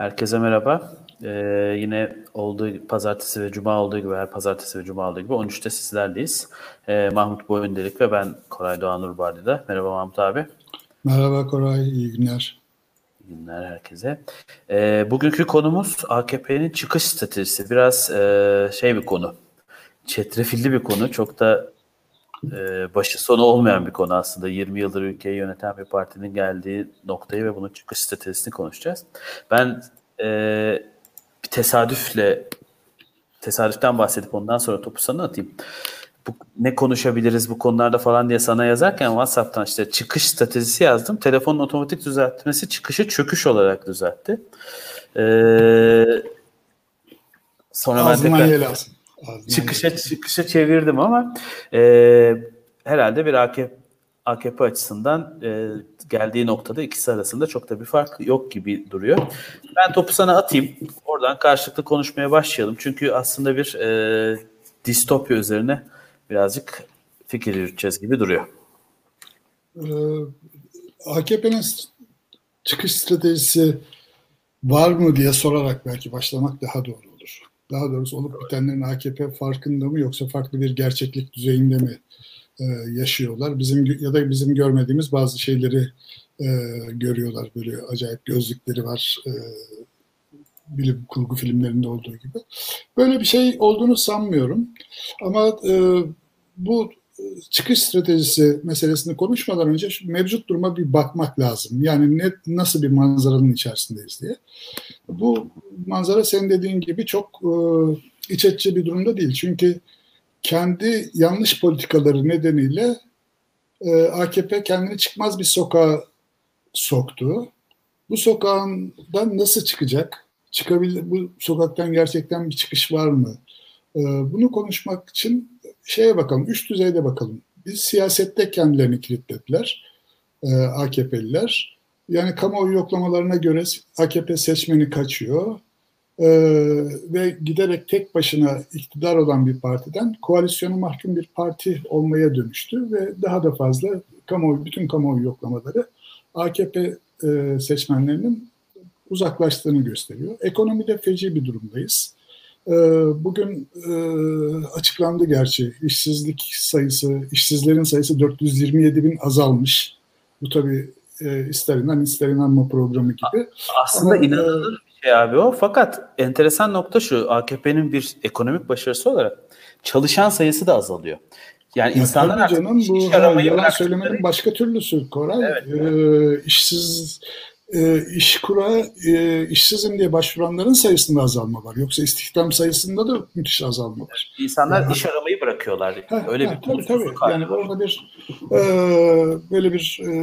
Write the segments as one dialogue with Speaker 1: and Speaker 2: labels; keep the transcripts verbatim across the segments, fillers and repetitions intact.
Speaker 1: Herkese merhaba. Ee, yine olduğu pazartesi ve cuma olduğu gibi her pazartesi ve cuma olduğu gibi on üçte sizlerleyiz. Ee, Mahmut Boyundelik ve ben Koray Doğan Urbardi'de. Merhaba Mahmut abi.
Speaker 2: Merhaba Koray, iyi günler.
Speaker 1: İyi günler herkese. Ee, bugünkü konumuz A K P'nin çıkış stratejisi. Biraz e, şey bir konu. Çetrefilli bir konu. Çok da e, başı sonu olmayan bir konu aslında. yirmi yıldır ülkeyi yöneten bir partinin geldiği noktayı ve bunun çıkış stratejisini konuşacağız. Ben e, bir tesadüfle tesadüften bahsedip ondan sonra topu sana atayım. Bu, ne konuşabiliriz bu konularda falan diye sana yazarken WhatsApp'tan işte çıkış stratejisi yazdım. Telefonun otomatik düzeltmesi çıkışı çöküş olarak düzeltti. Ee, sonra
Speaker 2: Ağzından
Speaker 1: ben tekrar
Speaker 2: yel alsın.
Speaker 1: çıkışa, çıkışa çevirdim ama e, herhalde bir A K P, A K P açısından e, geldiği noktada ikisi arasında çok da bir fark yok gibi duruyor. Ben topu sana atayım. Oradan karşılıklı konuşmaya başlayalım. Çünkü aslında bir e, distopya üzerine birazcık fikir yürüteceğiz gibi duruyor.
Speaker 2: Ee, A K P'nin çıkış stratejisi var mı diye sorarak belki başlamak daha doğru olur. Daha doğrusu olup bitenlerin A K P farkında mı yoksa farklı bir gerçeklik düzeyinde mi e, yaşıyorlar? Bizim ya da bizim görmediğimiz bazı şeyleri e, görüyorlar. Böyle acayip gözlükleri var. E, bilim kurgu filmlerinde olduğu gibi. Böyle bir şey olduğunu sanmıyorum. Ama e, bu çıkış stratejisi meselesini konuşmadan önce şu mevcut duruma bir bakmak lazım. Yani ne, nasıl bir manzaranın içerisindeyiz diye. Bu manzara senin dediğin gibi çok e, iç açıcı bir durumda değil. Çünkü kendi yanlış politikaları nedeniyle e, A K P kendini çıkmaz bir sokağa soktu. Bu sokağından nasıl çıkacak? Çıkabilir, bu sokaktan gerçekten bir çıkış var mı? E, bunu konuşmak için şeye bakalım, üst düzeyde bakalım. Biz siyasette kendilerini kilitlediler, e, A K P'liler. Yani kamuoyu yoklamalarına göre A K P seçmeni kaçıyor e, ve giderek tek başına iktidar olan bir partiden koalisyona mahkum bir parti olmaya dönüştü ve daha da fazla kamuoyu, bütün kamuoyu yoklamaları A K P e, seçmenlerinin uzaklaştığını gösteriyor. Ekonomide feci bir durumdayız. Bugün e, açıklandı gerçi işsizlik sayısı, işsizlerin sayısı dört yüz yirmi yedi bin azalmış. Bu tabii e, ister inan ister inanma programı gibi.
Speaker 1: Aslında
Speaker 2: Ama,
Speaker 1: inanılır bir şey abi o. Fakat enteresan nokta şu, A K P'nin bir ekonomik başarısı olarak çalışan sayısı da azalıyor. Yani
Speaker 2: ya
Speaker 1: insanlar
Speaker 2: tabii
Speaker 1: artık
Speaker 2: canım,
Speaker 1: iş, iş
Speaker 2: bu ha,
Speaker 1: aramayı
Speaker 2: yalan
Speaker 1: bıraktıkları
Speaker 2: söylemenin başka türlüsü Koray.
Speaker 1: evet,
Speaker 2: E, işsiz e, iş kura e, işsizim diye başvuranların sayısında azalma var. Yoksa istihdam sayısında da müthiş azalma var.
Speaker 1: insanlar
Speaker 2: Yani,
Speaker 1: iş aramayı bırakıyorlar.
Speaker 2: ha,
Speaker 1: Öyle
Speaker 2: ha,
Speaker 1: bir
Speaker 2: tabii tabii.
Speaker 1: umutsuzluk hali
Speaker 2: Yani
Speaker 1: var.
Speaker 2: orada bir e, böyle bir e,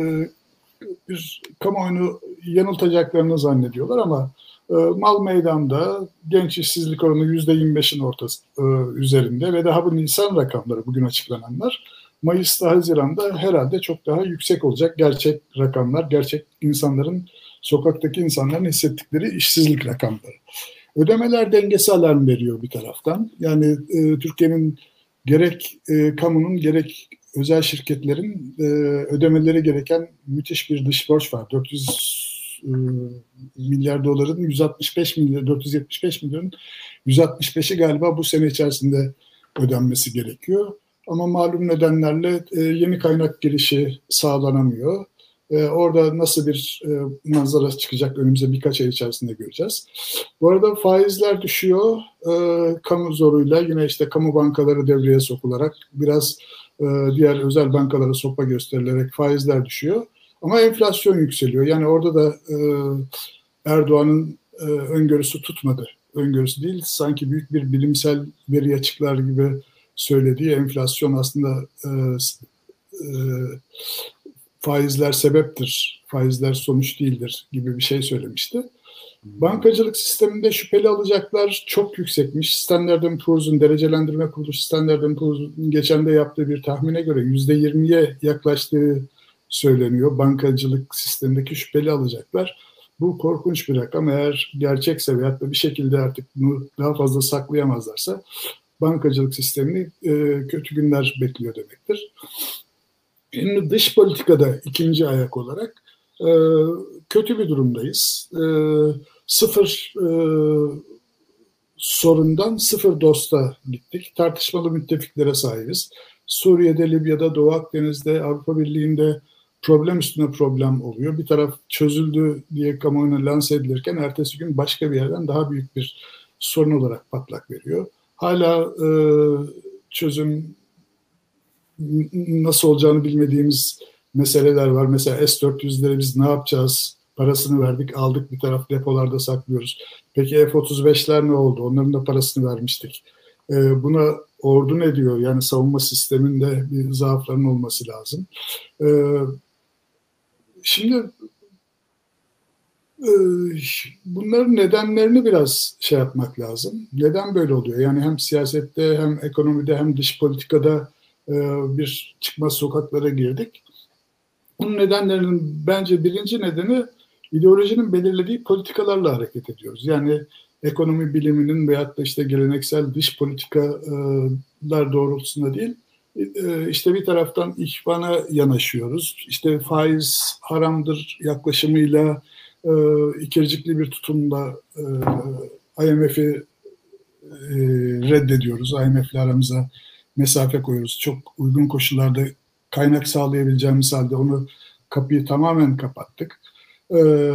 Speaker 2: bir kamuoyunu yanıltacaklarını zannediyorlar ama e, mal meydanda, genç işsizlik oranı yüzde yirmi beşin ortası e, üzerinde ve daha bu Nisan rakamları, bugün açıklananlar Mayıs'ta, Haziran'da herhalde çok daha yüksek olacak gerçek rakamlar, gerçek insanların, sokaktaki insanların hissettikleri işsizlik rakamları. Ödemeler dengesi alarm veriyor bir taraftan. Yani e, Türkiye'nin gerek e, kamunun gerek özel şirketlerin e, ödemeleri gereken müthiş bir dış borç var. dört yüz e, milyar doların yüz altmış beş milyar, dört yüz yetmiş beş milyonun yüz altmış beşi galiba bu sene içerisinde ödenmesi gerekiyor. Ama malum nedenlerle e, yeni kaynak girişi sağlanamıyor. E, orada nasıl bir e, manzara çıkacak önümüze birkaç ay içerisinde göreceğiz. Bu arada faizler düşüyor. E, kamu zoruyla yine işte kamu bankaları devreye sokularak biraz e, diğer özel bankalara sopa gösterilerek faizler düşüyor. Ama enflasyon yükseliyor. Yani orada da e, Erdoğan'ın e, öngörüsü tutmadı. Öngörüsü değil, sanki büyük bir bilimsel veri açıklar gibi söylediği enflasyon aslında e, e, faizler sebeptir, faizler sonuç değildir gibi bir şey söylemişti. Bankacılık sisteminde şüpheli alacaklar çok yüksekmiş. Standard and Poor's'un derecelendirme kuruluşu Standard and Poor's'un geçen de yaptığı bir tahmine göre yüzde yirmiye yaklaştığı söyleniyor. Bankacılık sistemindeki şüpheli alacaklar. Bu korkunç bir rakam. Eğer gerçekse veyahut da bir şekilde artık bunu daha fazla saklayamazlarsa bankacılık sistemini e, kötü günler bekliyor demektir. Şimdi dış politikada ikinci ayak olarak e, kötü bir durumdayız. E, sıfır e, sorundan sıfır dosta gittik. Tartışmalı müttefiklere sahibiz. Suriye'de, Libya'da, Doğu Akdeniz'de, Avrupa Birliği'nde problem üstüne problem oluyor. Bir taraf çözüldü diye kamuoyuna lanse edilirken ertesi gün başka bir yerden daha büyük bir sorun olarak patlak veriyor. Hala e, çözüm nasıl olacağını bilmediğimiz meseleler var. Mesela S dört yüzleri biz ne yapacağız? Parasını verdik, aldık, bir taraf depolarda saklıyoruz. Peki F otuz beşler ne oldu? Onların da parasını vermiştik. Ee, buna ordu ne diyor? Yani savunma sisteminde bir zaafların olması lazım. Ee, şimdi e, bunların nedenlerini biraz şey yapmak lazım. Neden böyle oluyor? Yani hem siyasette hem ekonomide hem dış politikada e, bir çıkmaz sokaklara girdik. Bunun nedenlerinin bence birinci nedeni ideolojinin belirlediği politikalarla hareket ediyoruz. Yani ekonomi biliminin veyahut da işte geleneksel dış politikalar doğrultusunda değil, işte bir taraftan ihvana yanaşıyoruz. İşte faiz haramdır yaklaşımıyla, ikircikli bir tutumla I M F'i reddediyoruz. I M F'le aramıza mesafe koyuyoruz. Çok uygun koşullarda kaynak sağlayabileceğimiz halde onu kapıyı tamamen kapattık. Ee,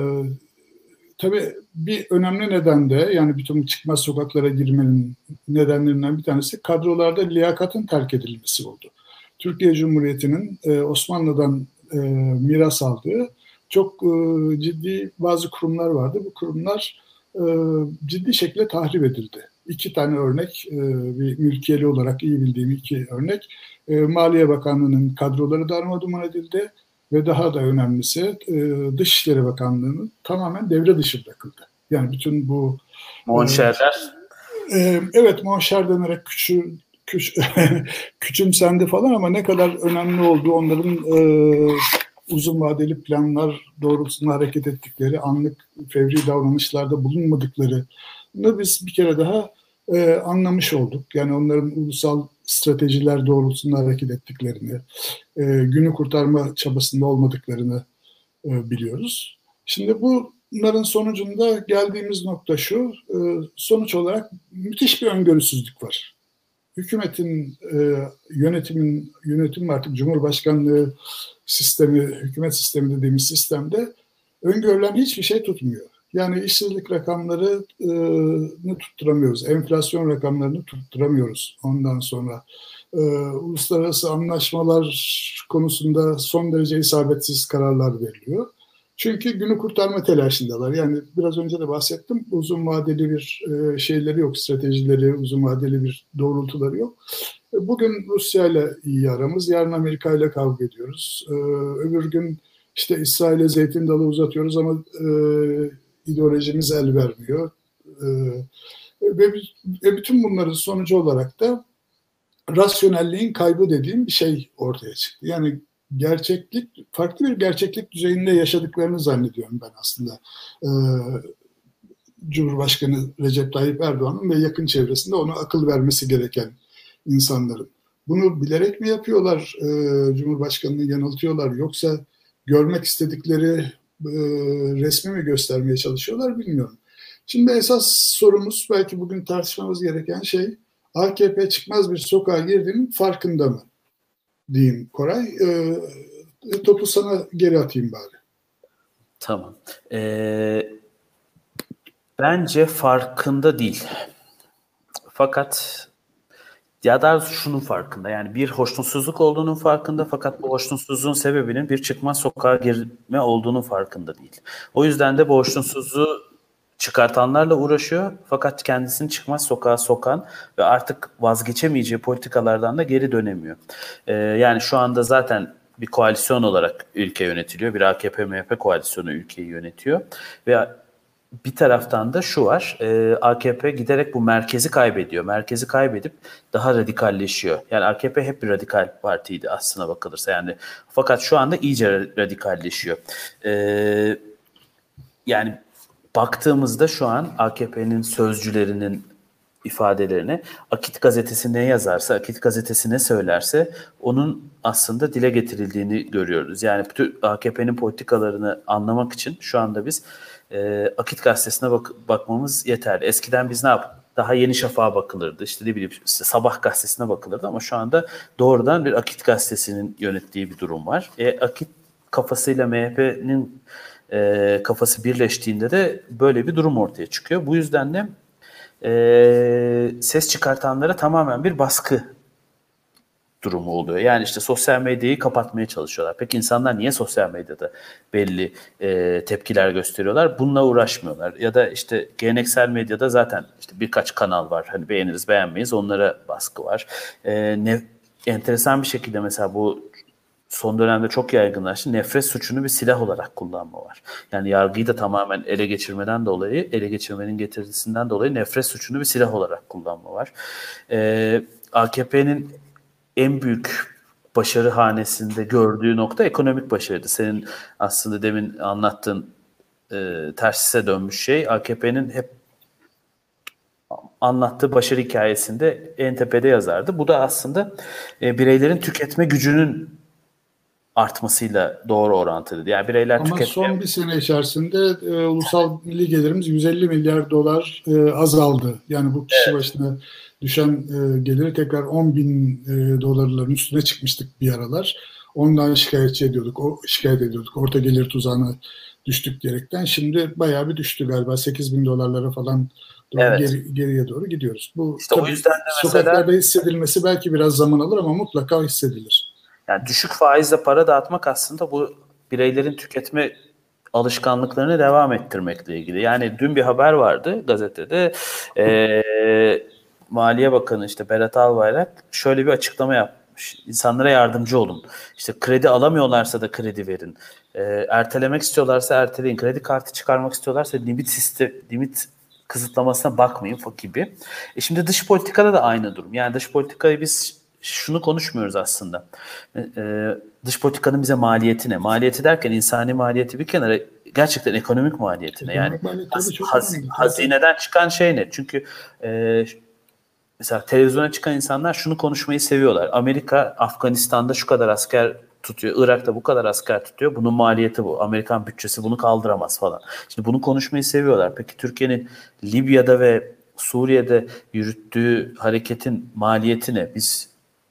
Speaker 2: tabii bir önemli neden de yani bütün çıkmaz sokaklara girmenin nedenlerinden bir tanesi kadrolarda liyakatın terk edilmesi oldu. Türkiye Cumhuriyeti'nin e, Osmanlı'dan e, miras aldığı çok e, ciddi bazı kurumlar vardı. Bu kurumlar e, ciddi şekilde tahrip edildi. İki tane örnek, e, bir mülkiyeli olarak iyi bildiğim iki örnek. E, Maliye Bakanlığı'nın kadroları darmadağın edildi ve daha da önemlisi e, Dışişleri Bakanlığı'nın tamamen devre dışı bırakıldı. Yani bütün bu
Speaker 1: Monşerler.
Speaker 2: E, e, evet monşer denerek küçü, küç, küçümsendi falan ama ne kadar önemli olduğu onların e, uzun vadeli planlar doğrultusunda hareket ettikleri, anlık fevri davranışlarda bulunmadıkları biz bir kere daha e, anlamış olduk. Yani onların ulusal stratejiler doğrultusunda hareket ettiklerini, e, günü kurtarma çabasında olmadıklarını e, biliyoruz. Şimdi bunların sonucunda geldiğimiz nokta şu, e, sonuç olarak müthiş bir öngörüsüzlük var. Hükümetin, e, yönetimin, yönetim artık Cumhurbaşkanlığı sistemi, hükümet sistemi dediğimiz sistemde öngörülen hiçbir şey tutmuyor. Yani işsizlik rakamlarını tutturamıyoruz. Enflasyon rakamlarını tutturamıyoruz. Ondan sonra e, uluslararası anlaşmalar konusunda son derece isabetsiz kararlar veriliyor. Çünkü günü kurtarma telaşındalar. Yani biraz önce de bahsettim. Uzun vadeli bir e, şeyleri yok, stratejileri, uzun vadeli bir doğrultuları yok. Bugün Rusya ile iyi aramız, yarın Amerika ile kavga ediyoruz. E, öbür gün işte İsrail'e zeytin dalı uzatıyoruz ama e, ideolojimiz el vermiyor. E, ve, ve bütün bunların sonucu olarak da rasyonelliğin kaybı dediğim bir şey ortaya çıktı. Yani gerçeklik, farklı bir gerçeklik düzeyinde yaşadıklarını zannediyorum ben aslında. E, Cumhurbaşkanı Recep Tayyip Erdoğan'ın ve yakın çevresinde ona akıl vermesi gereken insanların. Bunu bilerek mi yapıyorlar, e, Cumhurbaşkanı'nı yanıltıyorlar yoksa görmek istedikleri e, resmi mi göstermeye çalışıyorlar bilmiyorum. Şimdi esas sorumuz belki bugün tartışmamız gereken şey A K P çıkmaz bir sokağa girdiğinin farkında mı diyeyim Koray. E, topu sana geri atayım bari.
Speaker 1: Tamam. Ee, bence farkında değil. Fakat ya da şunun farkında, yani bir hoşnutsuzluk olduğunun farkında fakat bu hoşnutsuzluğun sebebinin bir çıkmaz sokağa girme olduğunun farkında değil. O yüzden de bu hoşnutsuzluğu çıkartanlarla uğraşıyor fakat kendisini çıkmaz sokağa sokan ve artık vazgeçemeyeceği politikalardan da geri dönemiyor. Ee, yani şu anda zaten bir koalisyon olarak ülke yönetiliyor. Bir A K P M H P koalisyonu ülkeyi yönetiyor ve bir taraftan da şu var, e, A K P giderek bu merkezi kaybediyor. Merkezi kaybedip daha radikalleşiyor. Yani A K P hep bir radikal partiydi aslına bakılırsa. Yani fakat şu anda iyice radikalleşiyor. E, yani baktığımızda şu an A K P'nin sözcülerinin ifadelerini Akit gazetesi ne yazarsa, Akit gazetesi ne söylerse onun aslında dile getirildiğini görüyoruz. Yani bütün A K P'nin politikalarını anlamak için şu anda biz e, Akit gazetesine bak- bakmamız yeterli. Eskiden biz ne yaptık? Daha Yeni Şafak'a bakılırdı. İşte ne bileyim işte Sabah gazetesine bakılırdı ama şu anda doğrudan bir Akit gazetesinin yönettiği bir durum var. E, Akit kafasıyla M H P'nin e, kafası birleştiğinde de böyle bir durum ortaya çıkıyor. Bu yüzden de e, ses çıkartanlara tamamen bir baskı durumu oluyor. Yani işte sosyal medyayı kapatmaya çalışıyorlar. Peki insanlar niye sosyal medyada belli e, tepkiler gösteriyorlar? Bununla uğraşmıyorlar. Ya da işte geleneksel medyada zaten işte birkaç kanal var. Hani beğeniriz beğenmeyiz onlara baskı var. E, ne, enteresan bir şekilde mesela bu son dönemde çok yaygınlaştı. Nefret suçunu bir silah olarak kullanma var. Yani yargıyı da tamamen ele geçirmeden dolayı, ele geçirmenin getirisinden dolayı nefret suçunu bir silah olarak kullanma var. E, A K P'nin en büyük başarı hanesinde gördüğü nokta ekonomik başarıydı. Senin aslında demin anlattığın e, tersine dönmüş şey A K P'nin hep anlattığı başarı hikayesinde en tepede yazardı. Bu da aslında e, bireylerin tüketme gücünün artmasıyla doğru orantılıydı. Yani bireyler
Speaker 2: Ama
Speaker 1: tüketmeye...
Speaker 2: son bir sene içerisinde e, ulusal milli gelirimiz yüz elli milyar dolar e, azaldı. Yani bu kişi
Speaker 1: Evet.
Speaker 2: başına düşen e, geliri tekrar on bin e, dolarların üstüne çıkmıştık bir aralar. Ondan şikayetçi ediyorduk, o şikayet ediyorduk. Orta gelir tuzağına düştük diyerekten. Şimdi bayağı bir düştü galiba. sekiz bin dolarlara falan doğru
Speaker 1: Evet.
Speaker 2: geri, geriye doğru gidiyoruz. Bu
Speaker 1: İşte o
Speaker 2: tabii
Speaker 1: yüzden de mesela
Speaker 2: sokaklarda hissedilmesi belki biraz zaman alır ama mutlaka hissedilir.
Speaker 1: yani düşük faizle para dağıtmak aslında bu bireylerin tüketme alışkanlıklarını devam ettirmekle ilgili. Yani dün bir haber vardı gazetede. Ee, Maliye Bakanı işte Berat Albayrak şöyle bir açıklama yapmış. İnsanlara yardımcı olun. İşte kredi alamıyorlarsa da kredi verin. Ee, ertelemek istiyorlarsa erteleyin. Kredi kartı çıkarmak istiyorlarsa limit sistem, limit kısıtlamasına bakmayın gibi. E şimdi dış politikada da aynı durum. Yani dış politikayı biz şunu konuşmuyoruz aslında. Ee, dış politikanın bize maliyeti ne? Maliyeti derken insani maliyeti bir kenara gerçekten ekonomik maliyetine. Yani
Speaker 2: Ekonomik maliyet tabii
Speaker 1: haz,
Speaker 2: çok
Speaker 1: haz,
Speaker 2: önemli.
Speaker 1: hazineden çıkan şey ne? Çünkü e, mesela televizyona çıkan insanlar şunu konuşmayı seviyorlar. Amerika Afganistan'da şu kadar asker tutuyor. Irak'ta bu kadar asker tutuyor. Bunun maliyeti bu. Amerikan bütçesi bunu kaldıramaz falan. Şimdi bunu konuşmayı seviyorlar. Peki Türkiye'nin Libya'da ve Suriye'de yürüttüğü hareketin maliyeti ne? Biz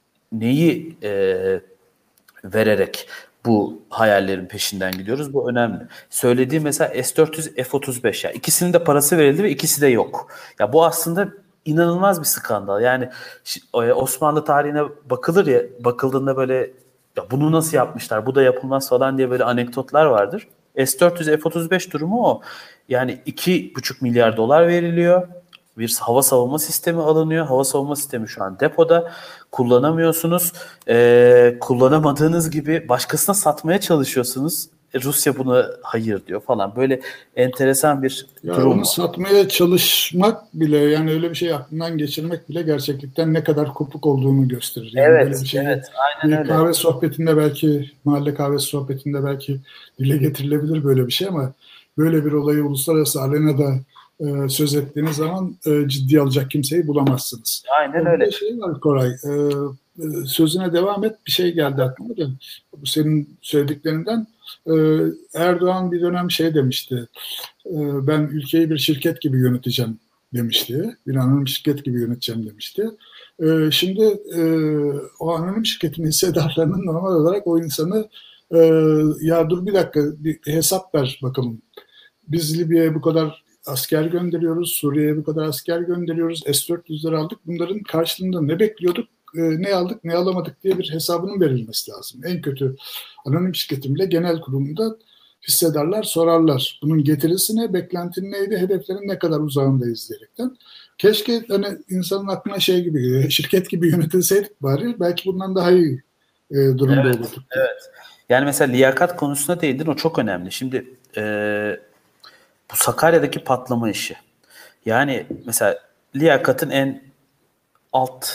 Speaker 1: neyi e, vererek bu hayallerin peşinden gidiyoruz? Bu önemli. Söylediğim mesela S dört yüz F otuz beş. Ya ikisinin de parası verildi ve ikisi de yok. Ya bu aslında inanılmaz bir skandal. Yani Osmanlı tarihine bakılır ya, bakıldığında böyle ya bunu nasıl yapmışlar, bu da yapılmaz falan diye böyle anekdotlar vardır. S dört yüz F otuz beş durumu o. Yani iki buçuk milyar dolar veriliyor. Bir hava savunma sistemi alınıyor. Hava savunma sistemi şu an depoda. Kullanamıyorsunuz. Ee, kullanamadığınız gibi başkasına satmaya çalışıyorsunuz. E, Rusya buna hayır diyor falan. Böyle enteresan bir
Speaker 2: Ya
Speaker 1: durum
Speaker 2: onu
Speaker 1: var.
Speaker 2: satmaya çalışmak bile yani öyle bir şey aklından geçirmek bile gerçekten ne kadar kopuk olduğunu gösterir. Yani böyle
Speaker 1: Evet,
Speaker 2: bir şeyi
Speaker 1: evet. Aynen
Speaker 2: bir
Speaker 1: öyle.
Speaker 2: kahve sohbetinde belki mahalle kahvesi sohbetinde belki dile getirilebilir böyle bir şey ama böyle bir olayı uluslararası arenada e, söz ettiğiniz zaman e, ciddiye alacak kimseyi bulamazsınız.
Speaker 1: Aynen
Speaker 2: E, bir
Speaker 1: öyle.
Speaker 2: de şey var Koray, e, e, sözüne devam et bir şey geldi aklıma da bu senin söylediklerinden e, Erdoğan bir dönem şey demişti. Ee, ben ülkeyi bir şirket gibi yöneteceğim demişti. Bir anonim şirket gibi yöneteceğim demişti. Ee, şimdi e, o anonim şirketin hissedarlarının normal olarak o insanı e, ya dur bir dakika bir hesap ver bakalım. Biz Libya'ya bu kadar asker gönderiyoruz, Suriye'ye bu kadar asker gönderiyoruz, S dört yüzleri aldık. Bunların karşılığında ne bekliyorduk, e, ne aldık, ne alamadık diye bir hesabının verilmesi lazım. En kötü anonim şirketin bile genel kurulunda hissedarlar sorarlar. Bunun getirisi ne, beklentin neydi, hedeflerin ne kadar uzağındayız diyerekten. Keşke hani insanın aklına şey gibi, şirket gibi yönetilseydik bari belki bundan daha iyi e, durumda
Speaker 1: Evet,
Speaker 2: olurduk diye.
Speaker 1: evet. Yani mesela liyakat konusuna değindin, o çok önemli. Şimdi e, bu Sakarya'daki patlama işi. Yani mesela liyakatın en alt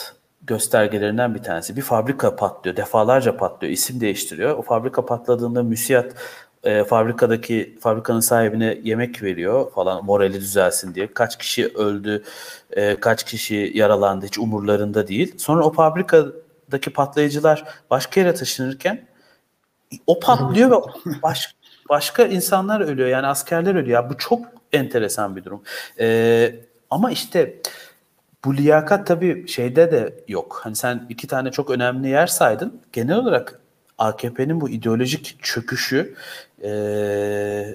Speaker 1: göstergelerinden bir tanesi. Bir fabrika patlıyor, defalarca patlıyor, isim değiştiriyor. O fabrika patladığında müsiyat e, fabrikadaki fabrikanın sahibine yemek veriyor falan, morali düzelsin diye. Kaç kişi öldü, e, kaç kişi yaralandı hiç umurlarında değil. Sonra o fabrikadaki patlayıcılar başka yere taşınırken o patlıyor ve baş, başka insanlar ölüyor. Yani askerler ölüyor. Ya bu çok enteresan bir durum. E, ama işte bu liyakat tabii şeyde de yok. Hani sen iki tane çok önemli yer saydın. Genel olarak A K P'nin bu ideolojik çöküşü e,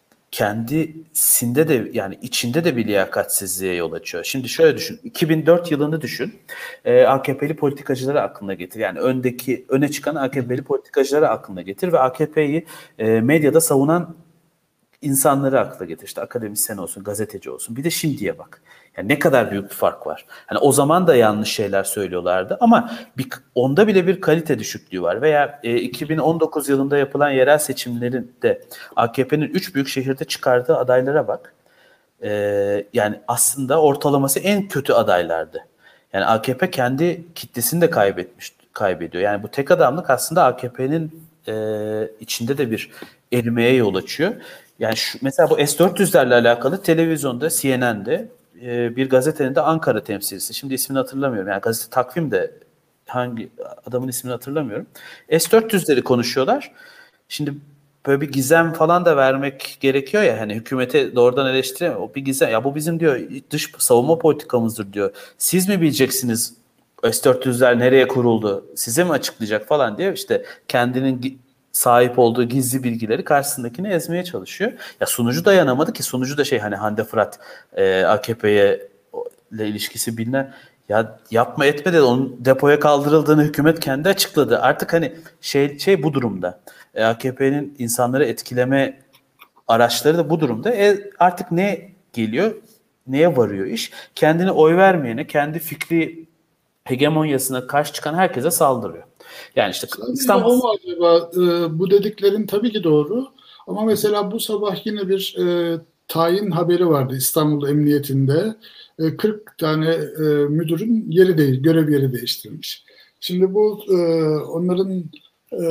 Speaker 1: kendisinde de, yani içinde de bir liyakatsizliğe yol açıyor. Şimdi şöyle düşün. iki bin dört yılını düşün. E, A K P'li politikacıları aklına getir. Yani öndeki öne çıkan A K P'li politikacıları aklına getir ve A K P'yi e, medyada savunan insanları akla getir. İşte akademisyen olsun, gazeteci olsun. Bir de şimdiye bak. Yani ne kadar büyük bir fark var. Hani o zaman da yanlış şeyler söylüyorlardı ama bir, onda bile bir kalite düşüklüğü var. Veya e, iki bin on dokuz yılında yapılan yerel seçimlerinde A K P'nin üç büyük şehirde çıkardığı adaylara bak. E, yani aslında ortalaması en kötü adaylardı. Yani A K P kendi kitlesini de kaybetmiş, kaybediyor. Yani bu tek adamlık aslında A K P'nin e, içinde de bir erimeye yol açıyor. Yani şu, mesela bu S dört yüzlerle alakalı televizyonda, C N N'de e, bir gazetenin de Ankara temsilcisi. Şimdi ismini hatırlamıyorum. Yani gazete takvim de hangi adamın ismini hatırlamıyorum. S dört yüzleri konuşuyorlar. Şimdi böyle bir gizem falan da vermek gerekiyor ya, hani hükümete doğrudan eleştiremiyor. O bir gizem. Ya bu bizim diyor dış savunma politikamızdır diyor. Siz mi bileceksiniz S dört yüzler nereye kuruldu? Size mi açıklayacak falan diye işte kendinin sahip olduğu gizli bilgileri karşısındakini ezmeye çalışıyor. Ya sunucu dayanamadı ki, sunucu da şey, hani Hande Fırat e, A K P'ye ile ilişkisi bilinen, ya yapma etme de onun depoya kaldırıldığını hükümet kendi açıkladı. Artık hani şey şey bu durumda. E, A K P'nin insanları etkileme araçları da bu durumda. E, artık ne geliyor? Neye varıyor iş? Kendine oy vermeyene, kendi fikri hegemonyasına karşı çıkan herkese saldırıyor. Yani işte
Speaker 2: Sadece
Speaker 1: İstanbul...
Speaker 2: o mu acaba? E, bu dediklerin tabii ki doğru. Ama mesela bu sabah yine bir e, tayin haberi vardı İstanbul Emniyetinde. E, kırk tane e, müdürün yeri değil, görev yeri değiştirilmiş. Şimdi bu e, onların e,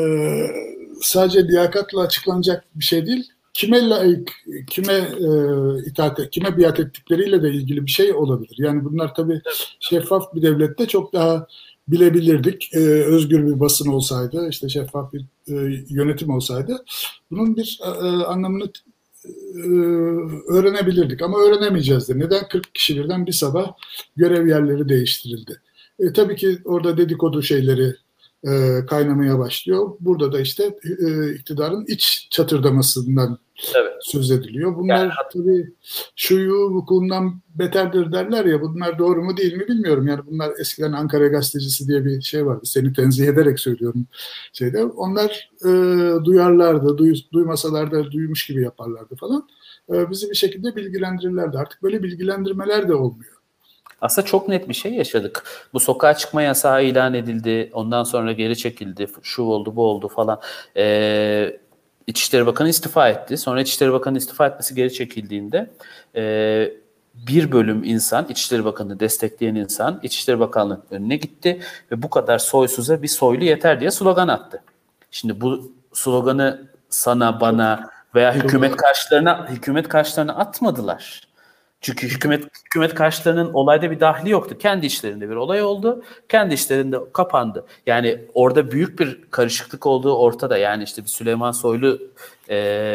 Speaker 2: sadece liyakatla açıklanacak bir şey değil. Kime layık, kime e, itaat, kime biat ettikleriyle de ilgili bir şey olabilir. Yani bunlar tabii şeffaf bir devlette çok daha bilebilirdik. Ee, özgür bir basın olsaydı, işte şeffaf bir e, yönetim olsaydı bunun bir e, anlamını e, öğrenebilirdik. Ama öğrenemeyeceğiz de. Neden kırk kişi birden bir sabah görev yerleri değiştirildi? E, tabii ki orada dedikodu şeyleri e, kaynamaya başlıyor. Burada da işte e, iktidarın iç çatırdamasından
Speaker 1: Evet.
Speaker 2: söz ediliyor. Bunlar
Speaker 1: Yani,
Speaker 2: tabii şuyu vukuundan beterdir derler ya, bunlar doğru mu değil mi bilmiyorum. Yani bunlar eskiden Ankara Gazetecisi diye bir şey vardı. Seni tenzih ederek söylüyorum şeyde. Onlar e, duyarlardı, duy, duymasalar da duymuş gibi yaparlardı falan. E, bizi bir şekilde bilgilendirirlerdi. Artık böyle bilgilendirmeler de olmuyor.
Speaker 1: aslında çok net bir şey yaşadık. Bu sokağa çıkma yasağı ilan edildi. Ondan sonra geri çekildi. Şu oldu, bu oldu falan. Ee, İçişleri Bakanı istifa etti. Sonra İçişleri Bakanı istifa etmesi geri çekildiğinde e, bir bölüm insan, İçişleri Bakanı'nı destekleyen insan İçişleri Bakanlığı'nın önüne gitti ve bu kadar soysuza bir soylu yeter diye slogan attı. Şimdi bu sloganı sana, bana veya hükümet karşılarına hükümet karşılarına atmadılar. Çünkü hükümet hükümet karşılarının olayda bir dahli yoktu. Kendi içlerinde bir olay oldu. Kendi içlerinde kapandı. Yani orada büyük bir karışıklık olduğu ortada. Yani işte bir Süleyman Soylu e,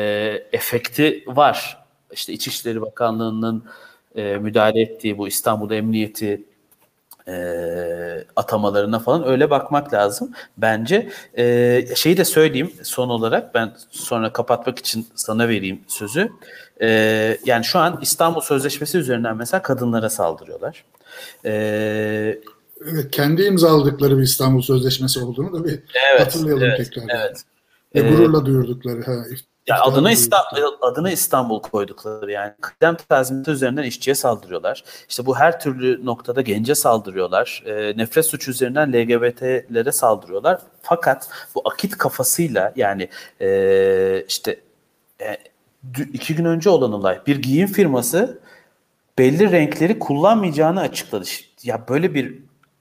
Speaker 1: efekti var. İşte İçişleri Bakanlığı'nın e, müdahale ettiği bu İstanbul Emniyeti e, atamalarına falan öyle bakmak lazım bence. E, şeyi de söyleyeyim son olarak, ben sonra kapatmak için sana vereyim sözü. E, yani şu an İstanbul Sözleşmesi üzerinden mesela kadınlara saldırıyorlar. E,
Speaker 2: Evet, kendi imzaladıkları bir İstanbul Sözleşmesi olduğunu da bir
Speaker 1: evet,
Speaker 2: hatırlayalım
Speaker 1: evet,
Speaker 2: tekrar.
Speaker 1: evet.
Speaker 2: Ve
Speaker 1: E,
Speaker 2: gururla duyurdukları. Ha,
Speaker 1: Ya adına İstanbul,
Speaker 2: duyurdukları.
Speaker 1: adına İstanbul koydukları, yani kıdem tazminatı üzerinden işçiye saldırıyorlar. İşte bu her türlü noktada gence saldırıyorlar. E, nefret suçu üzerinden L G B T'lere saldırıyorlar. Fakat bu akit kafasıyla, yani e, işte e, iki gün önce olan olay, bir giyim firması belli renkleri kullanmayacağını açıkladı. Ya böyle bir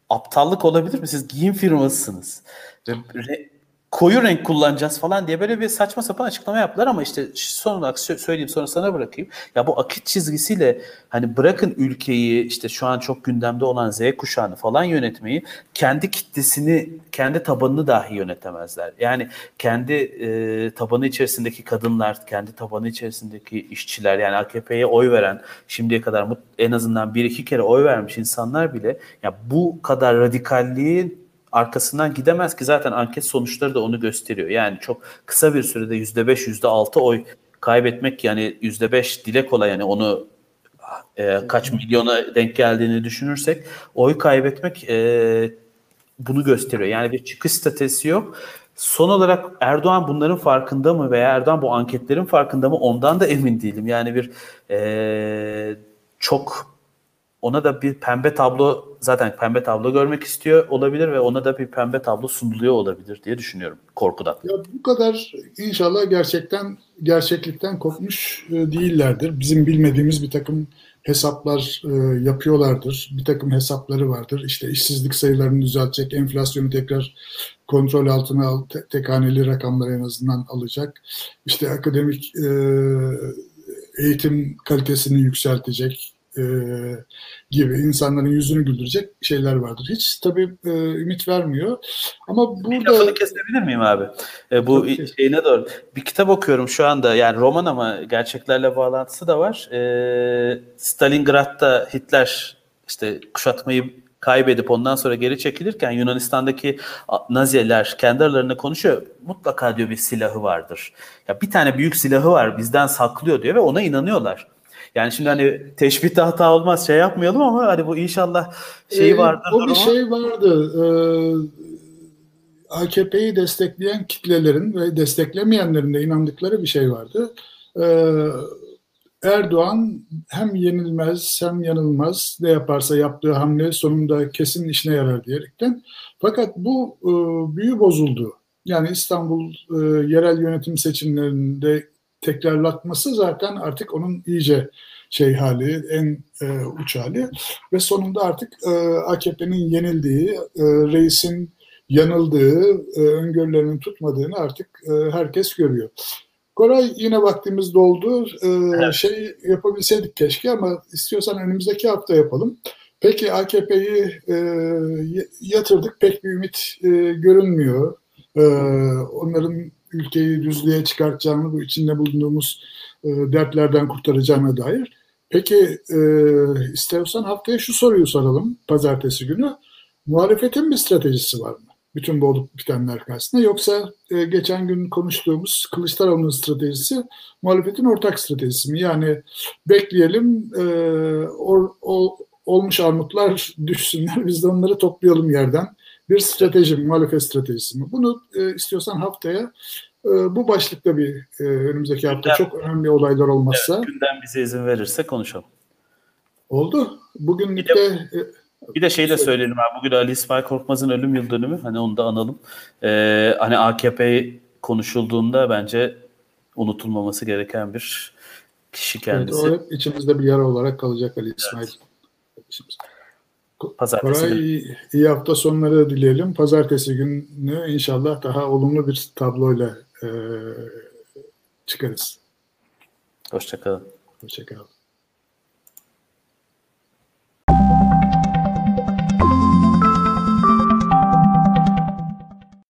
Speaker 1: aptallık olabilir mi? Siz giyim firmasısınız. Ve re- koyu renk kullanacağız falan diye böyle bir saçma sapan açıklama yaptılar ama işte son olarak sö- söyleyeyim sonra sana bırakayım. Ya bu akit çizgisiyle hani bırakın ülkeyi işte şu an çok gündemde olan Z kuşağını falan yönetmeyi, kendi kitlesini, kendi tabanını dahi yönetemezler. Yani kendi e, tabanı içerisindeki kadınlar, kendi tabanı içerisindeki işçiler, yani A K P'ye oy veren, şimdiye kadar en azından bir iki kere oy vermiş insanlar bile ya bu kadar radikalliği arkasından gidemez ki, zaten anket sonuçları da onu gösteriyor. Yani çok kısa bir sürede yüzde beş, yüzde altı oy kaybetmek, yani yüzde beş dile kolay, yani onu e, kaç milyona denk geldiğini düşünürsek oy kaybetmek e, bunu gösteriyor. Yani bir çıkış stratejisi yok. Son olarak Erdoğan bunların farkında mı veya Erdoğan bu anketlerin farkında mı, ondan da emin değilim. Yani bir e, çok ona da bir pembe tablo, zaten pembe tablo görmek istiyor olabilir ve ona da bir pembe tablo sunuluyor olabilir diye düşünüyorum korkudan.
Speaker 2: Ya bu kadar inşallah gerçekten gerçeklikten kopmuş e, değillerdir. Bizim bilmediğimiz bir takım hesaplar e, yapıyorlardır. Bir takım hesapları vardır. İşte işsizlik sayılarını düzeltecek, enflasyonu tekrar kontrol altına al, te, tek haneli rakamları en azından alacak. İşte akademik e, eğitim kalitesini yükseltecek e, gibi insanların yüzünü güldürecek şeyler vardır. Hiç tabii e, ümit vermiyor. Ama
Speaker 1: Bir
Speaker 2: burada
Speaker 1: lafını kesebilir miyim abi? E, bu
Speaker 2: tabii ki
Speaker 1: şeyine doğru. Bir kitap okuyorum şu anda. Yani roman ama gerçeklerle bağlantısı da var. E, Stalingrad'da Hitler işte kuşatmayı kaybedip ondan sonra geri çekilirken Yunanistan'daki Naziler kendi aralarında konuşuyor. Mutlaka diyor bir silahı vardır. Ya bir tane büyük silahı var, bizden saklıyor diyor ve ona inanıyorlar. Yani şimdi hani teşbihte hata olmaz, şey yapmayalım ama hani bu inşallah şeyi
Speaker 2: e,
Speaker 1: vardır
Speaker 2: o bir
Speaker 1: durumu.
Speaker 2: şey vardı. E, A K P'yi destekleyen kitlelerin ve desteklemeyenlerin de inandıkları bir şey vardı. E, Erdoğan hem yenilmez hem yanılmaz, ne yaparsa yaptığı hamle sonunda kesin işine yarar diyerekten. Fakat bu e, büyü bozuldu. Yani İstanbul e, yerel yönetim seçimlerinde tekrarlatması zaten artık onun iyice şey hali, en e, uç hali ve sonunda artık e, A K P'nin yenildiği, e, reisin yanıldığı, e, öngörülerinin tutmadığını artık e, herkes görüyor. Koray, yine vaktimiz doldu. Ee, şey yapabilseydik keşke ama istiyorsan önümüzdeki hafta yapalım. Peki A K P'yi e, yatırdık, pek bir ümit e, görünmüyor. Ee, onların ülkeyi düzlüğe çıkartacağını, bu içinde bulunduğumuz e, dertlerden kurtaracağına dair. Peki e, istiyorsan haftaya şu soruyu soralım, pazartesi günü. Muhalefetin bir stratejisi var mı bütün bu olup bitenler karşısında, yoksa e, geçen gün konuştuğumuz Kılıçdaroğlu'nun stratejisi muhalefetin ortak stratejisi mi? Yani bekleyelim e, or, o, olmuş armutlar düşsünler, biz de onları toplayalım yerden. Bir strateji mi, muhalefet stratejisi mi? Bunu e, istiyorsan haftaya e, bu başlıkta bir e, önümüzdeki hafta
Speaker 1: Gündem,
Speaker 2: çok önemli olaylar olmazsa.
Speaker 1: evet, gündem bize izin verirse konuşalım.
Speaker 2: Oldu.
Speaker 1: Bir de,
Speaker 2: Bugünlük de e,
Speaker 1: bir de şey de
Speaker 2: söyle.
Speaker 1: söyleyelim abi. Bugün Ali İsmail Korkmaz'ın ölüm yıl dönümü. Hani onu da analım. Ee, hani A K P konuşulduğunda bence unutulmaması gereken bir kişi
Speaker 2: Evet,
Speaker 1: kendisi.
Speaker 2: o hep içimizde bir yara olarak kalacak Ali İsmail.
Speaker 1: Evet.
Speaker 2: İçimizde.
Speaker 1: Pazartesi
Speaker 2: Koray,
Speaker 1: günü.
Speaker 2: iyi hafta sonları dileyelim. Pazartesi günü inşallah daha olumlu bir tabloyla e, çıkarız.
Speaker 1: Hoşça kalın.
Speaker 2: Hoşçakalın.